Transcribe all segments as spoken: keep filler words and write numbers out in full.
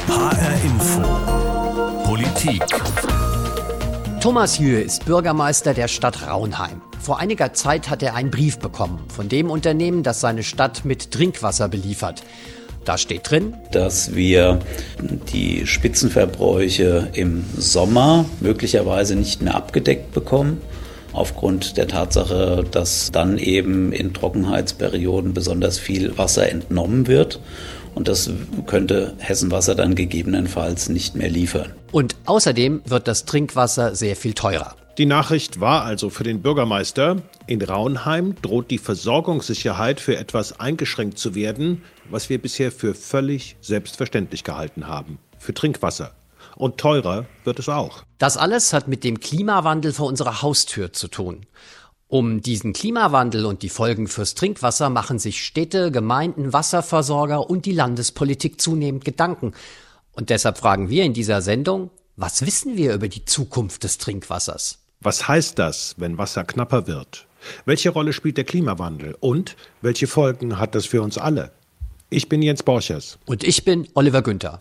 H R Info Politik. Thomas Jühe ist Bürgermeister der Stadt Raunheim. Vor einiger Zeit hat er einen Brief bekommen von dem Unternehmen, das seine Stadt mit Trinkwasser beliefert. Da steht drin, dass wir die Spitzenverbräuche im Sommer möglicherweise nicht mehr abgedeckt bekommen, aufgrund der Tatsache, dass dann eben in Trockenheitsperioden besonders viel Wasser entnommen wird. Und das könnte Hessen Wasser dann gegebenenfalls nicht mehr liefern. Und außerdem wird das Trinkwasser sehr viel teurer. Die Nachricht war also für den Bürgermeister: In Raunheim droht die Versorgungssicherheit für etwas eingeschränkt zu werden, was wir bisher für völlig selbstverständlich gehalten haben. Für Trinkwasser. Und teurer wird es auch. Das alles hat mit dem Klimawandel vor unserer Haustür zu tun. Um diesen Klimawandel und die Folgen fürs Trinkwasser machen sich Städte, Gemeinden, Wasserversorger und die Landespolitik zunehmend Gedanken. Und deshalb fragen wir in dieser Sendung, was wissen wir über die Zukunft des Trinkwassers? Was heißt das, wenn Wasser knapper wird? Welche Rolle spielt der Klimawandel? Und welche Folgen hat das für uns alle? Ich bin Jens Borchers. Und ich bin Oliver Günther.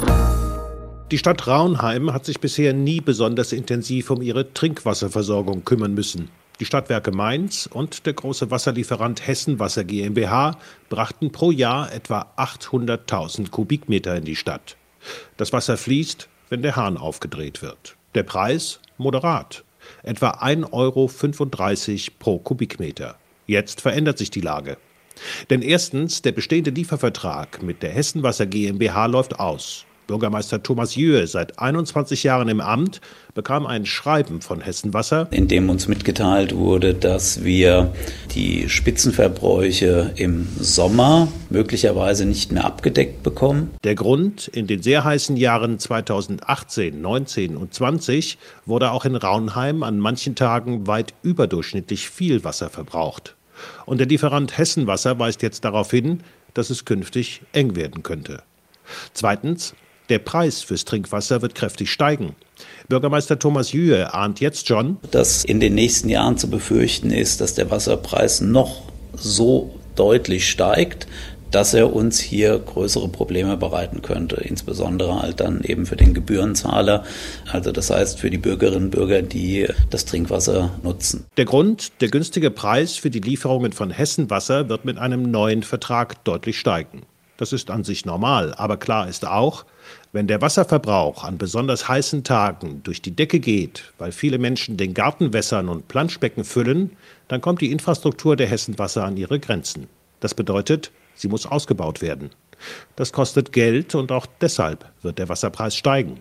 Die Stadt Raunheim hat sich bisher nie besonders intensiv um ihre Trinkwasserversorgung kümmern müssen. Die Stadtwerke Mainz und der große Wasserlieferant Hessen Wasser GmbH brachten pro Jahr etwa achthunderttausend Kubikmeter in die Stadt. Das Wasser fließt, wenn der Hahn aufgedreht wird. Der Preis moderat, etwa ein Euro fünfunddreißig pro Kubikmeter. Jetzt verändert sich die Lage. Denn erstens, der bestehende Liefervertrag mit der Hessen Wasser GmbH läuft aus. Bürgermeister Thomas Jühe, seit einundzwanzig Jahren im Amt, bekam ein Schreiben von Hessen Wasser, in dem uns mitgeteilt wurde, dass wir die Spitzenverbräuche im Sommer möglicherweise nicht mehr abgedeckt bekommen. Der Grund: In den sehr heißen Jahren zweitausendachtzehn, neunzehn und zwanzig wurde auch in Raunheim an manchen Tagen weit überdurchschnittlich viel Wasser verbraucht. Und der Lieferant Hessen Wasser weist jetzt darauf hin, dass es künftig eng werden könnte. Zweitens: Der Preis fürs Trinkwasser wird kräftig steigen. Bürgermeister Thomas Jühe ahnt jetzt schon, dass in den nächsten Jahren zu befürchten ist, dass der Wasserpreis noch so deutlich steigt, dass er uns hier größere Probleme bereiten könnte, insbesondere halt dann eben für den Gebührenzahler, also das heißt für die Bürgerinnen und Bürger, die das Trinkwasser nutzen. Der Grund: Der günstige Preis für die Lieferungen von Hessen Wasser wird mit einem neuen Vertrag deutlich steigen. Das ist an sich normal, aber klar ist auch, wenn der Wasserverbrauch an besonders heißen Tagen durch die Decke geht, weil viele Menschen den Garten wässern und Planschbecken füllen, dann kommt die Infrastruktur der Hessen Wasser an ihre Grenzen. Das bedeutet, sie muss ausgebaut werden. Das kostet Geld und auch deshalb wird der Wasserpreis steigen.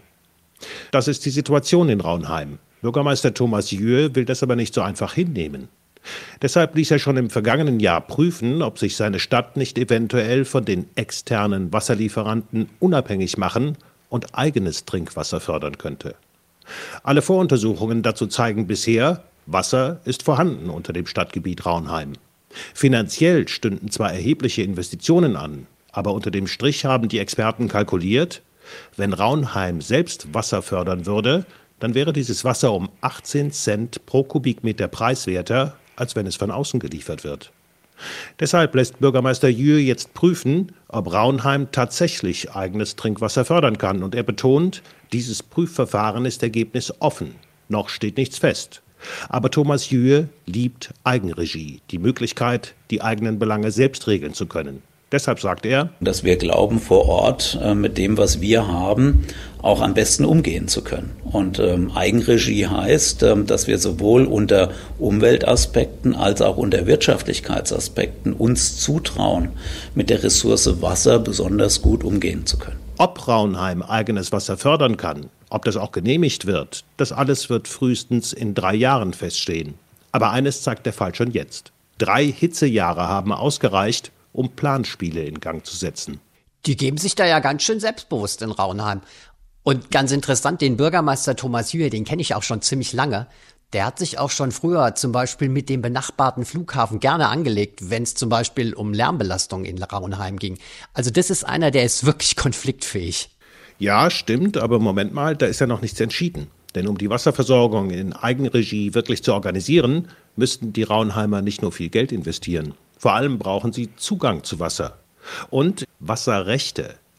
Das ist die Situation in Raunheim. Bürgermeister Thomas Jühe will das aber nicht so einfach hinnehmen. Deshalb ließ er schon im vergangenen Jahr prüfen, ob sich seine Stadt nicht eventuell von den externen Wasserlieferanten unabhängig machen und eigenes Trinkwasser fördern könnte. Alle Voruntersuchungen dazu zeigen bisher, Wasser ist vorhanden unter dem Stadtgebiet Raunheim. Finanziell stünden zwar erhebliche Investitionen an, aber unter dem Strich haben die Experten kalkuliert, wenn Raunheim selbst Wasser fördern würde, dann wäre dieses Wasser um achtzehn Cent pro Kubikmeter preiswerter, als wenn es von außen geliefert wird. Deshalb lässt Bürgermeister Jühe jetzt prüfen, ob Raunheim tatsächlich eigenes Trinkwasser fördern kann. Und er betont, dieses Prüfverfahren ist ergebnisoffen. Noch steht nichts fest. Aber Thomas Jühe liebt Eigenregie, die Möglichkeit, die eigenen Belange selbst regeln zu können. Deshalb sagt er, dass wir glauben, vor Ort äh, mit dem, was wir haben, auch am besten umgehen zu können. Und ähm, Eigenregie heißt, ähm, dass wir sowohl unter Umweltaspekten als auch unter Wirtschaftlichkeitsaspekten uns zutrauen, mit der Ressource Wasser besonders gut umgehen zu können. Ob Raunheim eigenes Wasser fördern kann, ob das auch genehmigt wird, das alles wird frühestens in drei Jahren feststehen. Aber eines zeigt der Fall schon jetzt. Drei Hitzejahre haben ausgereicht, um Planspiele in Gang zu setzen. Die geben sich da ja ganz schön selbstbewusst in Raunheim. Und ganz interessant, den Bürgermeister Thomas Jühe, den kenne ich auch schon ziemlich lange. Der hat sich auch schon früher zum Beispiel mit dem benachbarten Flughafen gerne angelegt, wenn es zum Beispiel um Lärmbelastung in Raunheim ging. Also das ist einer, der ist wirklich konfliktfähig. Ja, stimmt, aber Moment mal, da ist ja noch nichts entschieden. Denn um die Wasserversorgung in Eigenregie wirklich zu organisieren, müssten die Raunheimer nicht nur viel Geld investieren. Vor allem brauchen sie Zugang zu Wasser und Wasserrechte.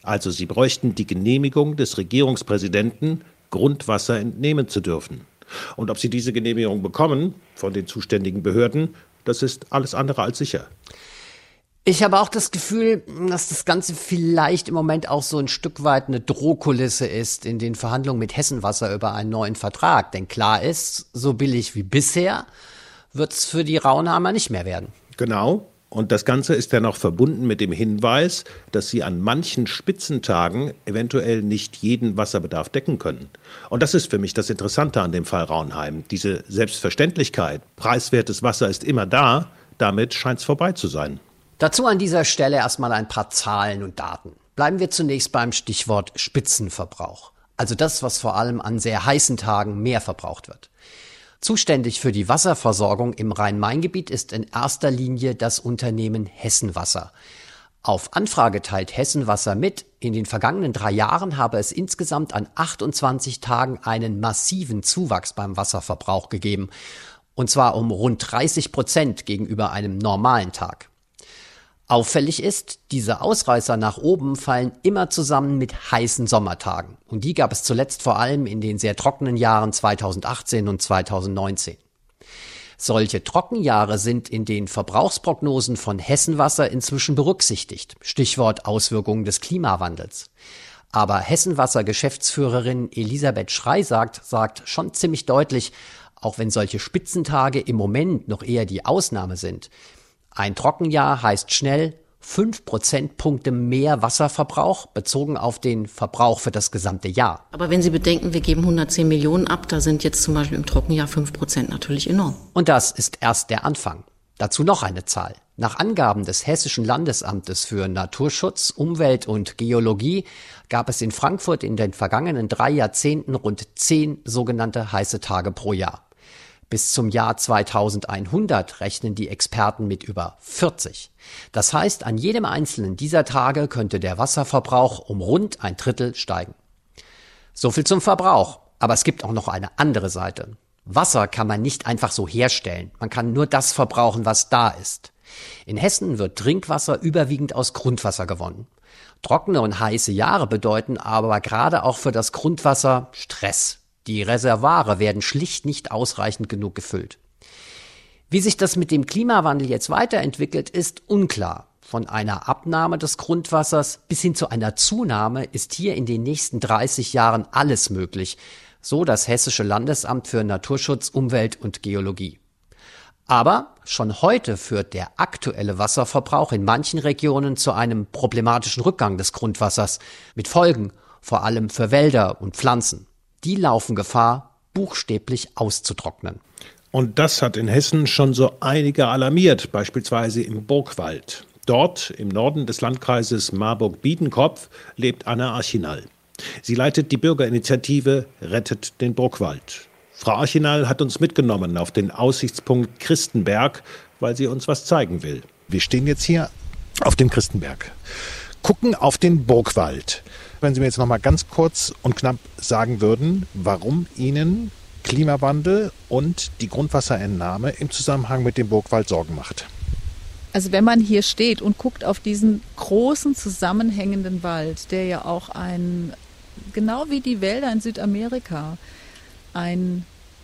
Also sie bräuchten die Genehmigung des Regierungspräsidenten, Grundwasser entnehmen zu dürfen. Und ob sie diese Genehmigung bekommen von den zuständigen Behörden, das ist alles andere als sicher. Ich habe auch das Gefühl, dass das Ganze vielleicht im Moment auch so ein Stück weit eine Drohkulisse ist in den Verhandlungen mit Hessenwasser über einen neuen Vertrag. Denn klar ist, so billig wie bisher wird es für die Raunheimer nicht mehr werden. Genau. Und das Ganze ist ja noch verbunden mit dem Hinweis, dass sie an manchen Spitzentagen eventuell nicht jeden Wasserbedarf decken können. Und das ist für mich das Interessante an dem Fall Raunheim. Diese Selbstverständlichkeit, preiswertes Wasser ist immer da, damit scheint es vorbei zu sein. Dazu an dieser Stelle erstmal ein paar Zahlen und Daten. Bleiben wir zunächst beim Stichwort Spitzenverbrauch. Also das, was vor allem an sehr heißen Tagen mehr verbraucht wird. Zuständig für die Wasserversorgung im Rhein-Main-Gebiet ist in erster Linie das Unternehmen Hessenwasser. Auf Anfrage teilt Hessenwasser mit, in den vergangenen drei Jahren habe es insgesamt an achtundzwanzig Tagen einen massiven Zuwachs beim Wasserverbrauch gegeben. Und zwar um rund dreißig Prozent gegenüber einem normalen Tag. Auffällig ist, diese Ausreißer nach oben fallen immer zusammen mit heißen Sommertagen. Und die gab es zuletzt vor allem in den sehr trockenen Jahren zweitausendachtzehn und zweitausendneunzehn. Solche Trockenjahre sind in den Verbrauchsprognosen von Hessenwasser inzwischen berücksichtigt. Stichwort Auswirkungen des Klimawandels. Aber Hessenwasser-Geschäftsführerin Elisabeth Schrey sagt, sagt schon ziemlich deutlich, auch wenn solche Spitzentage im Moment noch eher die Ausnahme sind. Ein Trockenjahr heißt schnell fünf Prozentpunkte mehr Wasserverbrauch bezogen auf den Verbrauch für das gesamte Jahr. Aber wenn Sie bedenken, wir geben hundertzehn Millionen ab, da sind jetzt zum Beispiel im Trockenjahr fünf Prozent natürlich enorm. Und das ist erst der Anfang. Dazu noch eine Zahl. Nach Angaben des Hessischen Landesamtes für Naturschutz, Umwelt und Geologie gab es in Frankfurt in den vergangenen drei Jahrzehnten rund zehn sogenannte heiße Tage pro Jahr. Bis zum Jahr zweitausendeinhundert rechnen die Experten mit über vierzig. Das heißt, an jedem einzelnen dieser Tage könnte der Wasserverbrauch um rund ein Drittel steigen. So viel zum Verbrauch. Aber es gibt auch noch eine andere Seite. Wasser kann man nicht einfach so herstellen. Man kann nur das verbrauchen, was da ist. In Hessen wird Trinkwasser überwiegend aus Grundwasser gewonnen. Trockene und heiße Jahre bedeuten aber gerade auch für das Grundwasser Stress. Die Reservoire werden schlicht nicht ausreichend genug gefüllt. Wie sich das mit dem Klimawandel jetzt weiterentwickelt, ist unklar. Von einer Abnahme des Grundwassers bis hin zu einer Zunahme ist hier in den nächsten dreißig Jahren alles möglich, so das Hessische Landesamt für Naturschutz, Umwelt und Geologie. Aber schon heute führt der aktuelle Wasserverbrauch in manchen Regionen zu einem problematischen Rückgang des Grundwassers mit Folgen, vor allem für Wälder und Pflanzen. Die laufen Gefahr, buchstäblich auszutrocknen. Und das hat in Hessen schon so einige alarmiert, beispielsweise im Burgwald. Dort, im Norden des Landkreises Marburg-Biedenkopf, lebt Anna Archinal. Sie leitet die Bürgerinitiative Rettet den Burgwald. Frau Archinal hat uns mitgenommen auf den Aussichtspunkt Christenberg, weil sie uns was zeigen will. Wir stehen jetzt hier auf dem Christenberg, gucken auf den Burgwald. Wenn Sie mir jetzt noch mal ganz kurz und knapp sagen würden, warum Ihnen Klimawandel und die Grundwasserentnahme im Zusammenhang mit dem Burgwald Sorgen macht. Also wenn man hier steht und guckt auf diesen großen zusammenhängenden Wald, der ja auch ein, genau wie die Wälder in Südamerika, ein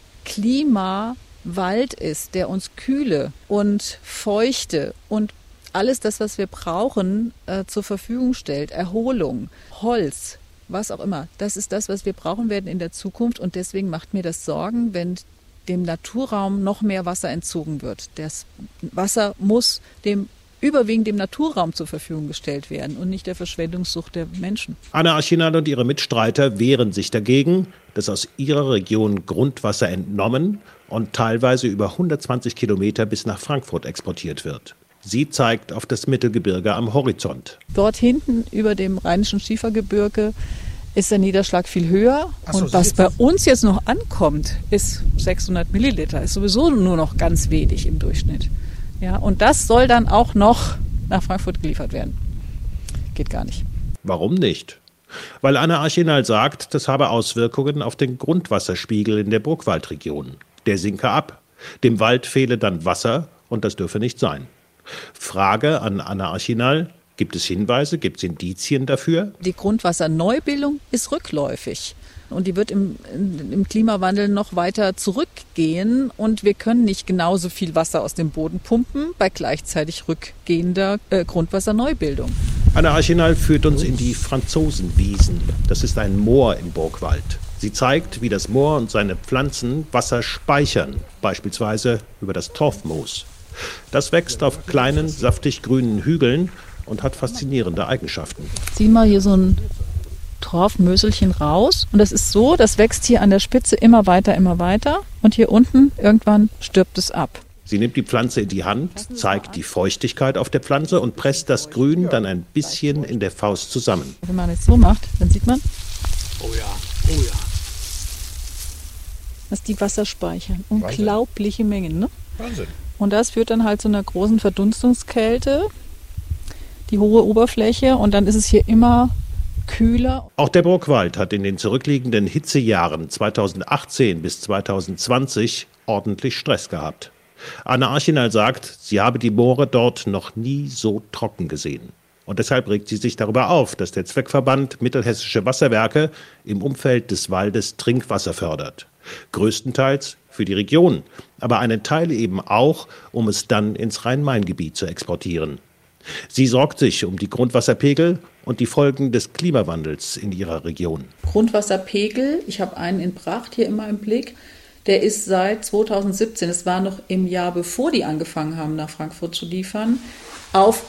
Klimawald ist, der uns Kühle und Feuchte und alles das, was wir brauchen, äh, zur Verfügung stellt, Erholung, Holz, was auch immer, das ist das, was wir brauchen werden in der Zukunft und deswegen macht mir das Sorgen, wenn dem Naturraum noch mehr Wasser entzogen wird. Das Wasser muss dem überwiegend dem Naturraum zur Verfügung gestellt werden und nicht der Verschwendungssucht der Menschen. Anna Archinal und ihre Mitstreiter wehren sich dagegen, dass aus ihrer Region Grundwasser entnommen und teilweise über hundertzwanzig Kilometer bis nach Frankfurt exportiert wird. Sie zeigt auf das Mittelgebirge am Horizont. Dort hinten über dem Rheinischen Schiefergebirge ist der Niederschlag viel höher. So, und was bei uns jetzt noch ankommt, ist sechshundert Milliliter. Ist sowieso nur noch ganz wenig im Durchschnitt. Ja, und das soll dann auch noch nach Frankfurt geliefert werden. Geht gar nicht. Warum nicht? Weil Anna Archinal sagt, das habe Auswirkungen auf den Grundwasserspiegel in der Burgwaldregion. Der sinke ab. Dem Wald fehle dann Wasser und das dürfe nicht sein. Frage an Anna Archinal: Gibt es Hinweise, gibt es Indizien dafür? Die Grundwasserneubildung ist rückläufig. Und die wird im, im Klimawandel noch weiter zurückgehen. Und wir können nicht genauso viel Wasser aus dem Boden pumpen bei gleichzeitig rückgehender äh, Grundwasserneubildung. Anna Archinal führt uns in die Franzosenwiesen. Das ist ein Moor im Burgwald. Sie zeigt, wie das Moor und seine Pflanzen Wasser speichern, beispielsweise über das Torfmoos. Das wächst auf kleinen, saftig grünen Hügeln und hat faszinierende Eigenschaften. Sieh mal hier so ein Torfmöselchen raus. Und das ist so, das wächst hier an der Spitze immer weiter, immer weiter. Und hier unten, irgendwann stirbt es ab. Sie nimmt die Pflanze in die Hand, zeigt die Feuchtigkeit auf der Pflanze und presst das Grün dann ein bisschen in der Faust zusammen. Wenn man es so macht, dann sieht man, Oh ja, oh ja. dass die Wasser speichern. Unglaubliche Mengen, ne? Wahnsinn. Und das führt dann halt zu einer großen Verdunstungskälte, die hohe Oberfläche, und dann ist es hier immer kühler. Auch der Burgwald hat in den zurückliegenden Hitzejahren zweitausendachtzehn bis zweitausendzwanzig ordentlich Stress gehabt. Anna Archinal sagt, sie habe die Moore dort noch nie so trocken gesehen. Und deshalb regt sie sich darüber auf, dass der Zweckverband Mittelhessische Wasserwerke im Umfeld des Waldes Trinkwasser fördert. Größtenteils für die Region, aber einen Teil eben auch, um es dann ins Rhein-Main-Gebiet zu exportieren. Sie sorgt sich um die Grundwasserpegel und die Folgen des Klimawandels in ihrer Region. Grundwasserpegel, ich habe einen in Bracht hier immer im Blick, der ist seit zweitausendsiebzehn, es war noch im Jahr bevor die angefangen haben, nach Frankfurt zu liefern, auf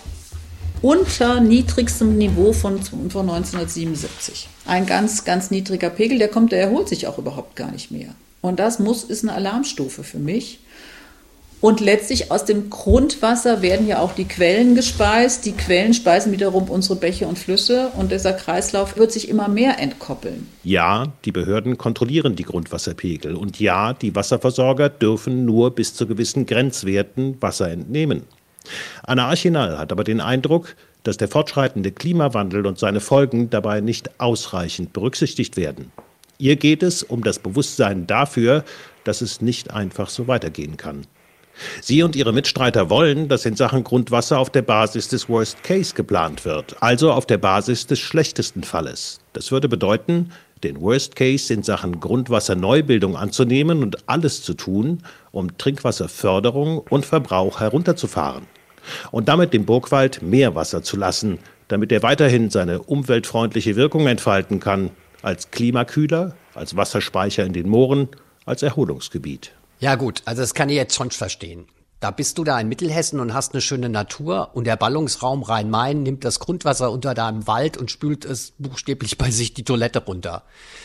unter niedrigstem Niveau von, von neunzehnhundertsiebenundsiebzig. Ein ganz, ganz niedriger Pegel, der kommt, der erholt sich auch überhaupt gar nicht mehr. Und das muss, ist eine Alarmstufe für mich. Und letztlich aus dem Grundwasser werden ja auch die Quellen gespeist. Die Quellen speisen wiederum unsere Bäche und Flüsse. Und dieser Kreislauf wird sich immer mehr entkoppeln. Ja, die Behörden kontrollieren die Grundwasserpegel. Und ja, die Wasserversorger dürfen nur bis zu gewissen Grenzwerten Wasser entnehmen. Anna Archinal hat aber den Eindruck, dass der fortschreitende Klimawandel und seine Folgen dabei nicht ausreichend berücksichtigt werden. Ihr geht es um das Bewusstsein dafür, dass es nicht einfach so weitergehen kann. Sie und ihre Mitstreiter wollen, dass in Sachen Grundwasser auf der Basis des Worst Case geplant wird, also auf der Basis des schlechtesten Falles. Das würde bedeuten, den Worst Case in Sachen Grundwasserneubildung anzunehmen und alles zu tun, um Trinkwasserförderung und Verbrauch herunterzufahren. Und damit dem Burgwald mehr Wasser zu lassen, damit er weiterhin seine umweltfreundliche Wirkung entfalten kann, als Klimakühler, als Wasserspeicher in den Mooren, als Erholungsgebiet. Ja gut, also das kann ich jetzt schon verstehen. Da bist du da in Mittelhessen und hast eine schöne Natur und der Ballungsraum Rhein-Main nimmt das Grundwasser unter deinem Wald und spült es buchstäblich bei sich die Toilette runter.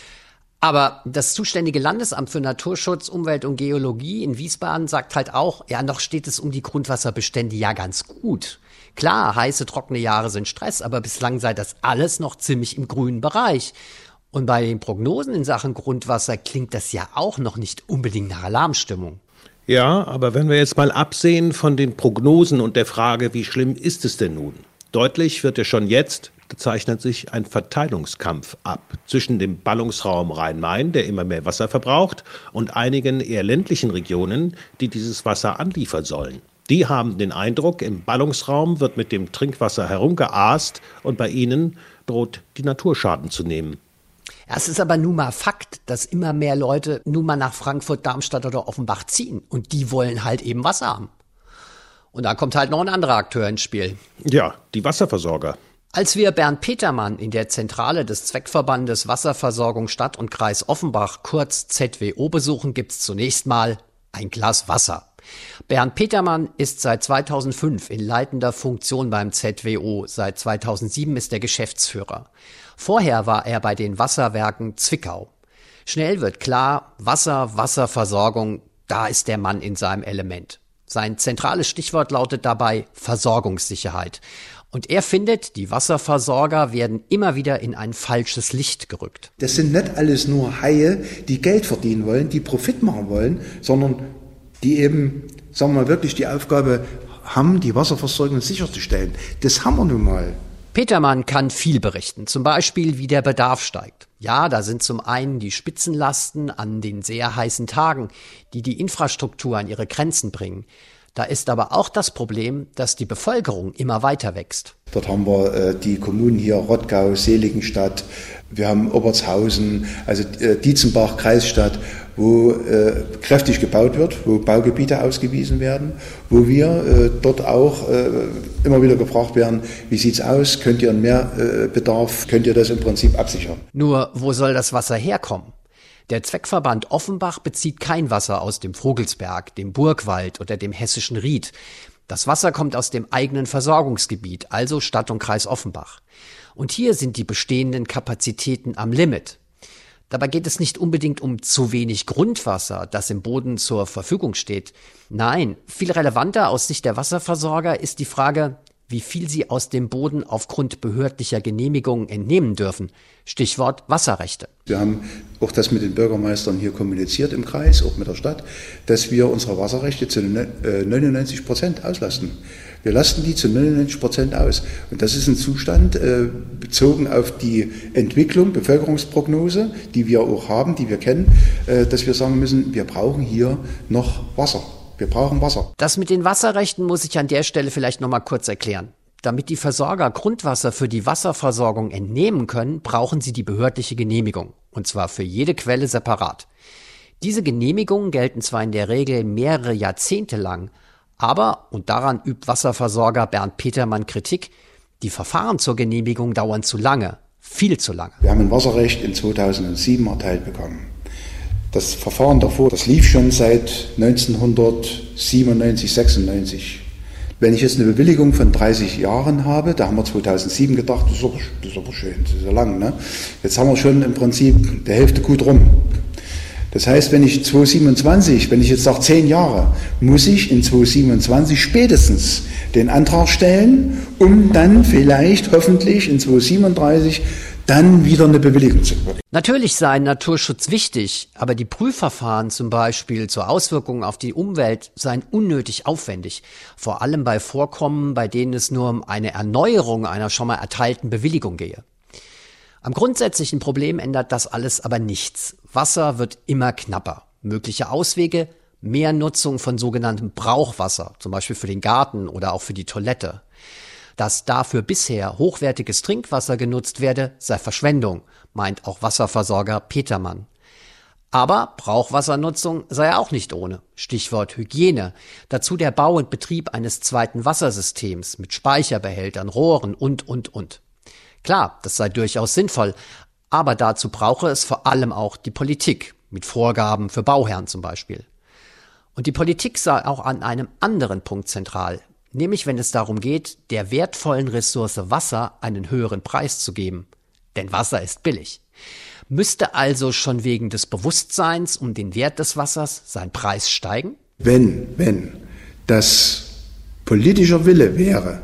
Aber das zuständige Landesamt für Naturschutz, Umwelt und Geologie in Wiesbaden sagt halt auch, ja, noch steht es um die Grundwasserbestände ja ganz gut. Klar, heiße, trockene Jahre sind Stress, aber bislang sei das alles noch ziemlich im grünen Bereich. Und bei den Prognosen in Sachen Grundwasser klingt das ja auch noch nicht unbedingt nach Alarmstimmung. Ja, aber wenn wir jetzt mal absehen von den Prognosen und der Frage, wie schlimm ist es denn nun? Deutlich wird ja schon jetzt, da zeichnet sich ein Verteilungskampf ab zwischen dem Ballungsraum Rhein-Main, der immer mehr Wasser verbraucht, und einigen eher ländlichen Regionen, die dieses Wasser anliefern sollen. Die haben den Eindruck, im Ballungsraum wird mit dem Trinkwasser herumgeaast und bei ihnen droht die Natur Schaden zu nehmen. Ja, es ist aber nun mal Fakt, dass immer mehr Leute nun mal nach Frankfurt, Darmstadt oder Offenbach ziehen. Und die wollen halt eben Wasser haben. Und da kommt halt noch ein anderer Akteur ins Spiel. Ja, die Wasserversorger. Als wir Bernd Petermann in der Zentrale des Zweckverbandes Wasserversorgung Stadt und Kreis Offenbach, kurz Z W O, besuchen, gibt's zunächst mal ein Glas Wasser. Bernd Petermann ist seit zweitausendfünf in leitender Funktion beim Z W O. Seit zweitausendsieben ist er Geschäftsführer. Vorher war er bei den Wasserwerken Zwickau. Schnell wird klar, Wasser, Wasserversorgung, da ist der Mann in seinem Element. Sein zentrales Stichwort lautet dabei Versorgungssicherheit. Und er findet, die Wasserversorger werden immer wieder in ein falsches Licht gerückt. Das sind nicht alles nur Haie, die Geld verdienen wollen, die Profit machen wollen, sondern die eben, sagen wir mal, wirklich die Aufgabe haben, die Wasserversorgung sicherzustellen. Das haben wir nun mal. Petermann kann viel berichten, zum Beispiel wie der Bedarf steigt. Ja, da sind zum einen die Spitzenlasten an den sehr heißen Tagen, die die Infrastruktur an ihre Grenzen bringen. Da ist aber auch das Problem, dass die Bevölkerung immer weiter wächst. Dort haben wir äh, die Kommunen hier, Rottgau, Seligenstadt, wir haben Obertshausen, also äh, Dietzenbach, Kreisstadt, wo äh, kräftig gebaut wird, wo Baugebiete ausgewiesen werden, wo wir äh, dort auch äh, immer wieder gefragt werden, wie sieht's aus, könnt ihr einen Mehrbedarf, könnt ihr das im Prinzip absichern? Nur, wo soll das Wasser herkommen? Der Zweckverband Offenbach bezieht kein Wasser aus dem Vogelsberg, dem Burgwald oder dem hessischen Ried. Das Wasser kommt aus dem eigenen Versorgungsgebiet, also Stadt und Kreis Offenbach. Und hier sind die bestehenden Kapazitäten am Limit. Dabei geht es nicht unbedingt um zu wenig Grundwasser, das im Boden zur Verfügung steht. Nein, viel relevanter aus Sicht der Wasserversorger ist die Frage, wie viel sie aus dem Boden aufgrund behördlicher Genehmigungen entnehmen dürfen. Stichwort Wasserrechte. Wir haben auch das mit den Bürgermeistern hier kommuniziert im Kreis, auch mit der Stadt, dass wir unsere Wasserrechte zu neunundneunzig Prozent auslasten. Wir lasten die zu neunundneunzig Prozent aus. Und das ist ein Zustand äh, bezogen auf die Entwicklung, Bevölkerungsprognose, die wir auch haben, die wir kennen, äh, dass wir sagen müssen, wir brauchen hier noch Wasser. Wir brauchen Wasser. Das mit den Wasserrechten muss ich an der Stelle vielleicht noch mal kurz erklären. Damit die Versorger Grundwasser für die Wasserversorgung entnehmen können, brauchen sie die behördliche Genehmigung. Und zwar für jede Quelle separat. Diese Genehmigungen gelten zwar in der Regel mehrere Jahrzehnte lang, aber, und daran übt Wasserversorger Bernd Petermann Kritik, die Verfahren zur Genehmigung dauern zu lange, viel zu lange. Wir haben ein Wasserrecht in zweitausendsieben erteilt bekommen. Das Verfahren davor, das lief schon seit neunzehnhundertsiebenundneunzig, sechsundneunzig. Wenn ich jetzt eine Bewilligung von dreißig Jahren habe, da haben wir zweitausendsieben gedacht, das ist aber, das ist aber schön, das ist ja lang, ne? Jetzt haben wir schon im Prinzip der Hälfte gut rum. Das heißt, wenn ich zweitausendsiebenundzwanzig, wenn ich jetzt sage zehn Jahre, muss ich in zweitausendsiebenundzwanzig spätestens den Antrag stellen, um dann vielleicht hoffentlich in zweitausendsiebenunddreißig dann wieder eine Bewilligung zu bekommen. Natürlich sei Naturschutz wichtig, aber die Prüfverfahren zum Beispiel zur Auswirkung auf die Umwelt seien unnötig aufwendig. Vor allem bei Vorkommen, bei denen es nur um eine Erneuerung einer schon mal erteilten Bewilligung gehe. Am grundsätzlichen Problem ändert das alles aber nichts. Wasser wird immer knapper. Mögliche Auswege: mehr Nutzung von sogenanntem Brauchwasser, zum Beispiel für den Garten oder auch für die Toilette. Dass dafür bisher hochwertiges Trinkwasser genutzt werde, sei Verschwendung, meint auch Wasserversorger Petermann. Aber Brauchwassernutzung sei auch nicht ohne. Stichwort Hygiene. Dazu der Bau und Betrieb eines zweiten Wassersystems mit Speicherbehältern, Rohren und, und, und. Klar, das sei durchaus sinnvoll, aber dazu brauche es vor allem auch die Politik, mit Vorgaben für Bauherren zum Beispiel. Und die Politik sei auch an einem anderen Punkt zentral, nämlich wenn es darum geht, der wertvollen Ressource Wasser einen höheren Preis zu geben. Denn Wasser ist billig. Müsste also schon wegen des Bewusstseins um den Wert des Wassers sein Preis steigen? Wenn, wenn das politischer Wille wäre,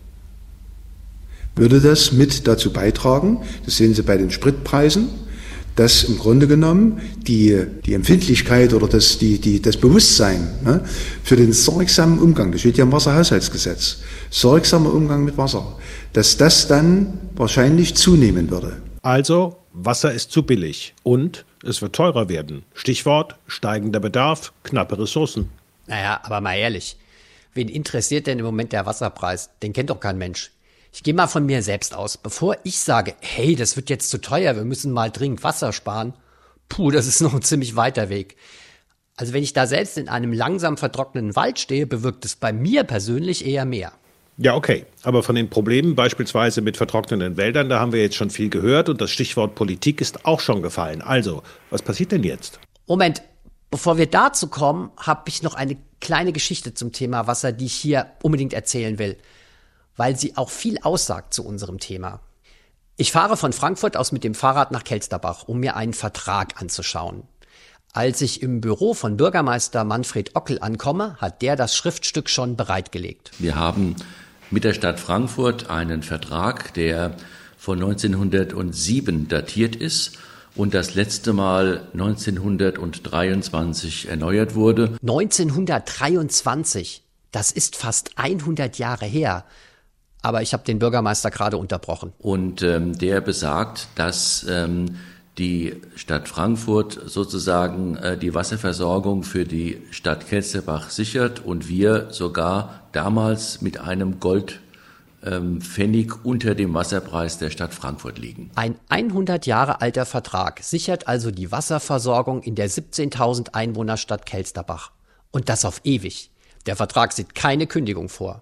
würde das mit dazu beitragen, das sehen Sie bei den Spritpreisen, dass im Grunde genommen die, die Empfindlichkeit oder das, die, die, das Bewusstsein, ne, für den sorgsamen Umgang, das steht ja im Wasserhaushaltsgesetz, sorgsamer Umgang mit Wasser, dass das dann wahrscheinlich zunehmen würde. Also, Wasser ist zu billig und es wird teurer werden. Stichwort steigender Bedarf, knappe Ressourcen. Naja, aber mal ehrlich, wen interessiert denn im Moment der Wasserpreis? Den kennt doch kein Mensch. Ich gehe mal von mir selbst aus. Bevor ich sage, hey, das wird jetzt zu teuer, wir müssen mal dringend Wasser sparen, puh, das ist noch ein ziemlich weiter Weg. Also wenn ich da selbst in einem langsam vertrocknenden Wald stehe, bewirkt es bei mir persönlich eher mehr. Ja, okay. Aber von den Problemen beispielsweise mit vertrocknenden Wäldern, da haben wir jetzt schon viel gehört und das Stichwort Politik ist auch schon gefallen. Also, was passiert denn jetzt? Moment, bevor wir dazu kommen, habe ich noch eine kleine Geschichte zum Thema Wasser, die ich hier unbedingt erzählen will, weil sie auch viel aussagt zu unserem Thema. Ich fahre von Frankfurt aus mit dem Fahrrad nach Kelsterbach, um mir einen Vertrag anzuschauen. Als ich im Büro von Bürgermeister Manfred Ockel ankomme, hat der das Schriftstück schon bereitgelegt. Wir haben mit der Stadt Frankfurt einen Vertrag, der von neunzehnhundertsieben datiert ist und das letzte Mal neunzehnhundertdreiundzwanzig erneuert wurde. neunzehnhundertdreiundzwanzig, das ist fast hundert Jahre her. Aber ich habe den Bürgermeister gerade unterbrochen. Und ähm, der besagt, dass ähm, die Stadt Frankfurt sozusagen äh, die Wasserversorgung für die Stadt Kelsterbach sichert und wir sogar damals mit einem Gold Pfennig unter dem Wasserpreis der Stadt Frankfurt liegen. Ein hundert Jahre alter Vertrag sichert also die Wasserversorgung in der siebzehntausend Einwohnerstadt Kelsterbach. Und das auf ewig. Der Vertrag sieht keine Kündigung vor.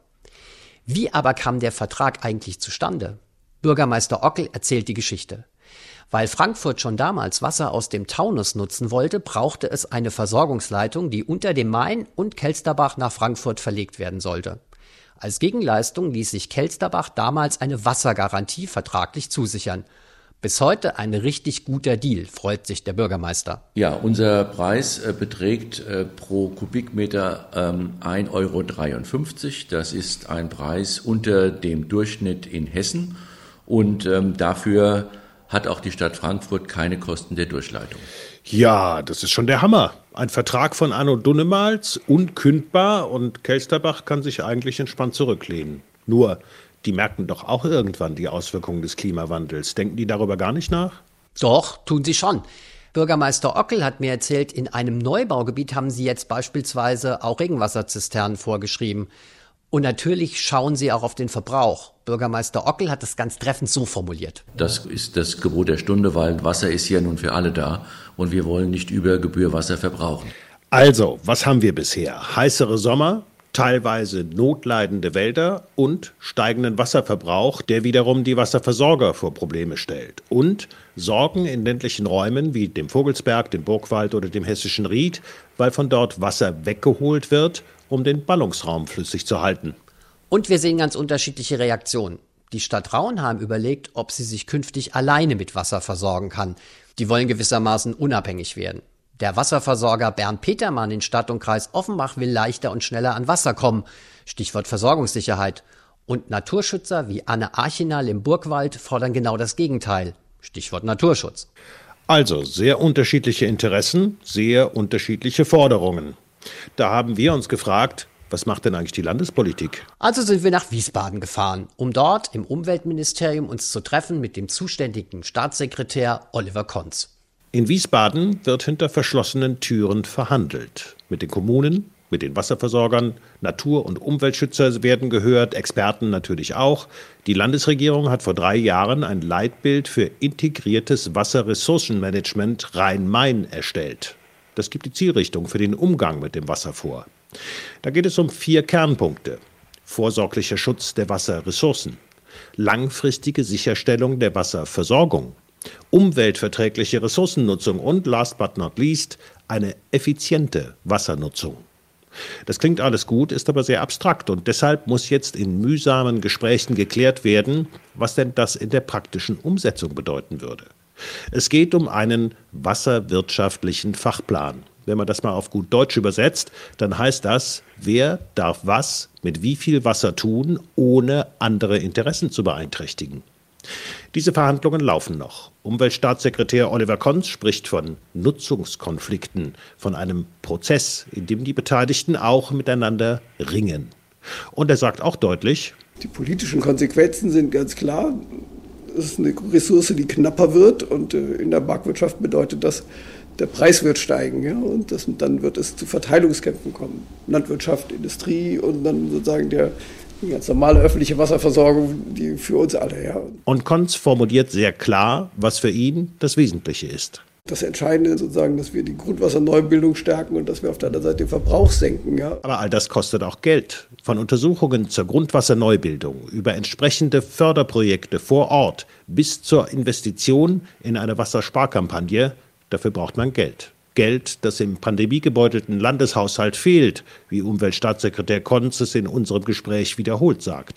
Wie aber kam der Vertrag eigentlich zustande? Bürgermeister Ockel erzählt die Geschichte. Weil Frankfurt schon damals Wasser aus dem Taunus nutzen wollte, brauchte es eine Versorgungsleitung, die unter dem Main und Kelsterbach nach Frankfurt verlegt werden sollte. Als Gegenleistung ließ sich Kelsterbach damals eine Wassergarantie vertraglich zusichern. Bis heute ein richtig guter Deal, freut sich der Bürgermeister. Ja, unser Preis äh, beträgt äh, pro Kubikmeter ähm, ein Euro dreiundfünfzig. Das ist ein Preis unter dem Durchschnitt in Hessen. Und ähm, dafür hat auch die Stadt Frankfurt keine Kosten der Durchleitung. Ja, das ist schon der Hammer. Ein Vertrag von Anno Dunnemals, unkündbar, und Kelsterbach kann sich eigentlich entspannt zurücklehnen. Nur, die merken doch auch irgendwann die Auswirkungen des Klimawandels. Denken die darüber gar nicht nach? Doch, tun sie schon. Bürgermeister Ockel hat mir erzählt, in einem Neubaugebiet haben sie jetzt beispielsweise auch Regenwasserzisternen vorgeschrieben. Und natürlich schauen sie auch auf den Verbrauch. Bürgermeister Ockel hat es ganz treffend so formuliert. Das ist das Gebot der Stunde, weil Wasser ist ja nun für alle da und wir wollen nicht über Gebühr Wasser verbrauchen. Also, was haben wir bisher? Heißere Sommer, teilweise notleidende Wälder und steigenden Wasserverbrauch, der wiederum die Wasserversorger vor Probleme stellt. Und Sorgen in ländlichen Räumen wie dem Vogelsberg, dem Burgwald oder dem Hessischen Ried, weil von dort Wasser weggeholt wird, um den Ballungsraum flüssig zu halten. Und wir sehen ganz unterschiedliche Reaktionen. Die Stadt Rauenheim überlegt, ob sie sich künftig alleine mit Wasser versorgen kann. Die wollen gewissermaßen unabhängig werden. Der Wasserversorger Bernd Petermann in Stadt und Kreis Offenbach will leichter und schneller an Wasser kommen. Stichwort Versorgungssicherheit. Und Naturschützer wie Anne Archinal im Burgwald fordern genau das Gegenteil. Stichwort Naturschutz. Also sehr unterschiedliche Interessen, sehr unterschiedliche Forderungen. Da haben wir uns gefragt, was macht denn eigentlich die Landespolitik? Also sind wir nach Wiesbaden gefahren, um dort im Umweltministerium uns zu treffen mit dem zuständigen Staatssekretär Oliver Konz. In Wiesbaden wird hinter verschlossenen Türen verhandelt. Mit den Kommunen, mit den Wasserversorgern, Natur- und Umweltschützer werden gehört, Experten natürlich auch. Die Landesregierung hat vor drei Jahren ein Leitbild für integriertes Wasserressourcenmanagement Rhein-Main erstellt. Das gibt die Zielrichtung für den Umgang mit dem Wasser vor. Da geht es um vier Kernpunkte. Vorsorglicher Schutz der Wasserressourcen, langfristige Sicherstellung der Wasserversorgung, umweltverträgliche Ressourcennutzung und, last but not least, eine effiziente Wassernutzung. Das klingt alles gut, ist aber sehr abstrakt und deshalb muss jetzt in mühsamen Gesprächen geklärt werden, was denn das in der praktischen Umsetzung bedeuten würde. Es geht um einen wasserwirtschaftlichen Fachplan. Wenn man das mal auf gut Deutsch übersetzt, dann heißt das, wer darf was mit wie viel Wasser tun, ohne andere Interessen zu beeinträchtigen. Diese Verhandlungen laufen noch. Umweltstaatssekretär Oliver Konz spricht von Nutzungskonflikten, von einem Prozess, in dem die Beteiligten auch miteinander ringen. Und er sagt auch deutlich, die politischen Konsequenzen sind ganz klar. Es ist eine Ressource, die knapper wird und in der Marktwirtschaft bedeutet das, der Preis wird steigen, ja, und das, dann wird es zu Verteilungskämpfen kommen. Landwirtschaft, Industrie und dann sozusagen der die ganz normale öffentliche Wasserversorgung, die für uns alle. Ja. Und Konz formuliert sehr klar, was für ihn das Wesentliche ist. Das Entscheidende ist sozusagen, dass wir die Grundwasserneubildung stärken und dass wir auf der anderen Seite den Verbrauch senken. Ja. Aber all das kostet auch Geld. Von Untersuchungen zur Grundwasserneubildung über entsprechende Förderprojekte vor Ort bis zur Investition in eine Wassersparkampagne, dafür braucht man Geld. Geld, das im pandemiegebeutelten Landeshaushalt fehlt, wie Umweltstaatssekretär Konz es in unserem Gespräch wiederholt sagt.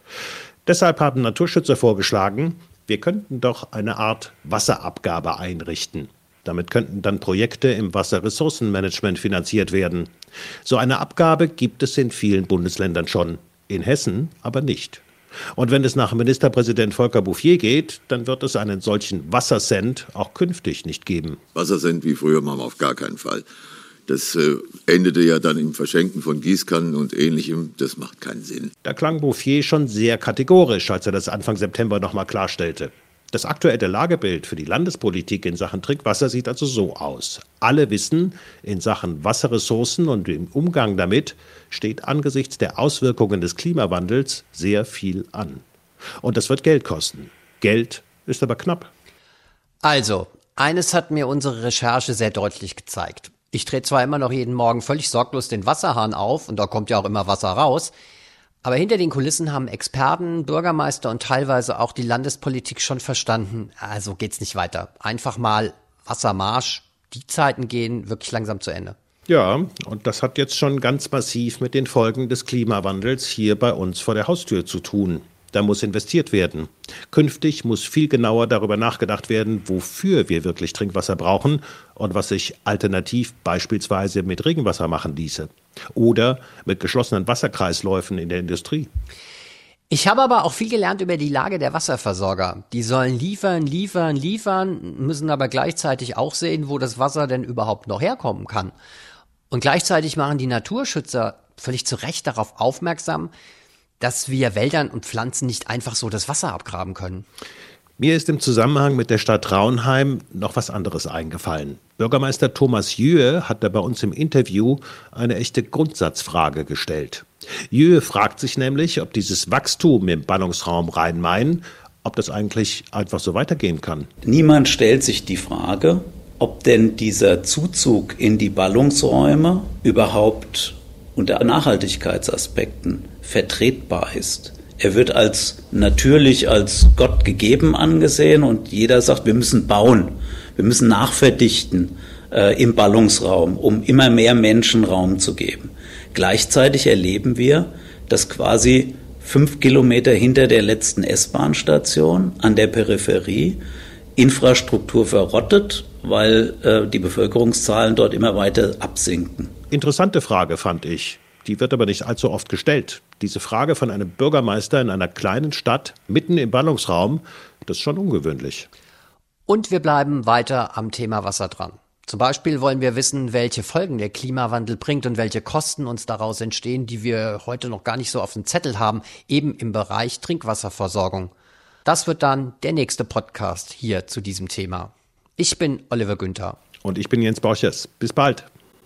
Deshalb haben Naturschützer vorgeschlagen, wir könnten doch eine Art Wasserabgabe einrichten. Damit könnten dann Projekte im Wasserressourcenmanagement finanziert werden. So eine Abgabe gibt es in vielen Bundesländern schon, in Hessen aber nicht. Und wenn es nach Ministerpräsident Volker Bouffier geht, dann wird es einen solchen Wassercent auch künftig nicht geben. Wassercent wie früher machen wir auf gar keinen Fall. Das äh, endete ja dann im Verschenken von Gießkannen und Ähnlichem. Das macht keinen Sinn. Da klang Bouffier schon sehr kategorisch, als er das Anfang September nochmal klarstellte. Das aktuelle Lagebild für die Landespolitik in Sachen Trinkwasser sieht also so aus. Alle wissen, in Sachen Wasserressourcen und im Umgang damit steht angesichts der Auswirkungen des Klimawandels sehr viel an. Und das wird Geld kosten. Geld ist aber knapp. Also, eines hat mir unsere Recherche sehr deutlich gezeigt. Ich drehe zwar immer noch jeden Morgen völlig sorglos den Wasserhahn auf und da kommt ja auch immer Wasser raus, aber hinter den Kulissen haben Experten, Bürgermeister und teilweise auch die Landespolitik schon verstanden, also geht's nicht weiter. Einfach mal Wassermarsch, die Zeiten gehen wirklich langsam zu Ende. Ja, und das hat jetzt schon ganz massiv mit den Folgen des Klimawandels hier bei uns vor der Haustür zu tun. Da muss investiert werden. Künftig muss viel genauer darüber nachgedacht werden, wofür wir wirklich Trinkwasser brauchen und was sich alternativ beispielsweise mit Regenwasser machen ließe. Oder mit geschlossenen Wasserkreisläufen in der Industrie. Ich habe aber auch viel gelernt über die Lage der Wasserversorger. Die sollen liefern, liefern, liefern, müssen aber gleichzeitig auch sehen, wo das Wasser denn überhaupt noch herkommen kann. Und gleichzeitig machen die Naturschützer völlig zu Recht darauf aufmerksam, dass wir Wäldern und Pflanzen nicht einfach so das Wasser abgraben können. Mir ist im Zusammenhang mit der Stadt Raunheim noch was anderes eingefallen. Bürgermeister Thomas Jühe hat da bei uns im Interview eine echte Grundsatzfrage gestellt. Jühe fragt sich nämlich, ob dieses Wachstum im Ballungsraum Rhein-Main, ob das eigentlich einfach so weitergehen kann. Niemand stellt sich die Frage, ob denn dieser Zuzug in die Ballungsräume überhaupt unter Nachhaltigkeitsaspekten vertretbar ist. Er wird als natürlich, als Gott gegeben angesehen und jeder sagt, wir müssen bauen, wir müssen nachverdichten äh, im Ballungsraum, um immer mehr Menschen Raum zu geben. Gleichzeitig erleben wir, dass quasi fünf Kilometer hinter der letzten S-Bahn-Station an der Peripherie Infrastruktur verrottet, weil äh, die Bevölkerungszahlen dort immer weiter absinken. Interessante Frage, fand ich. Die wird aber nicht allzu oft gestellt. Diese Frage von einem Bürgermeister in einer kleinen Stadt, mitten im Ballungsraum, das ist schon ungewöhnlich. Und wir bleiben weiter am Thema Wasser dran. Zum Beispiel wollen wir wissen, welche Folgen der Klimawandel bringt und welche Kosten uns daraus entstehen, die wir heute noch gar nicht so auf dem Zettel haben, eben im Bereich Trinkwasserversorgung. Das wird dann der nächste Podcast hier zu diesem Thema. Ich bin Oliver Günther. Und ich bin Jens Borchers. Bis bald.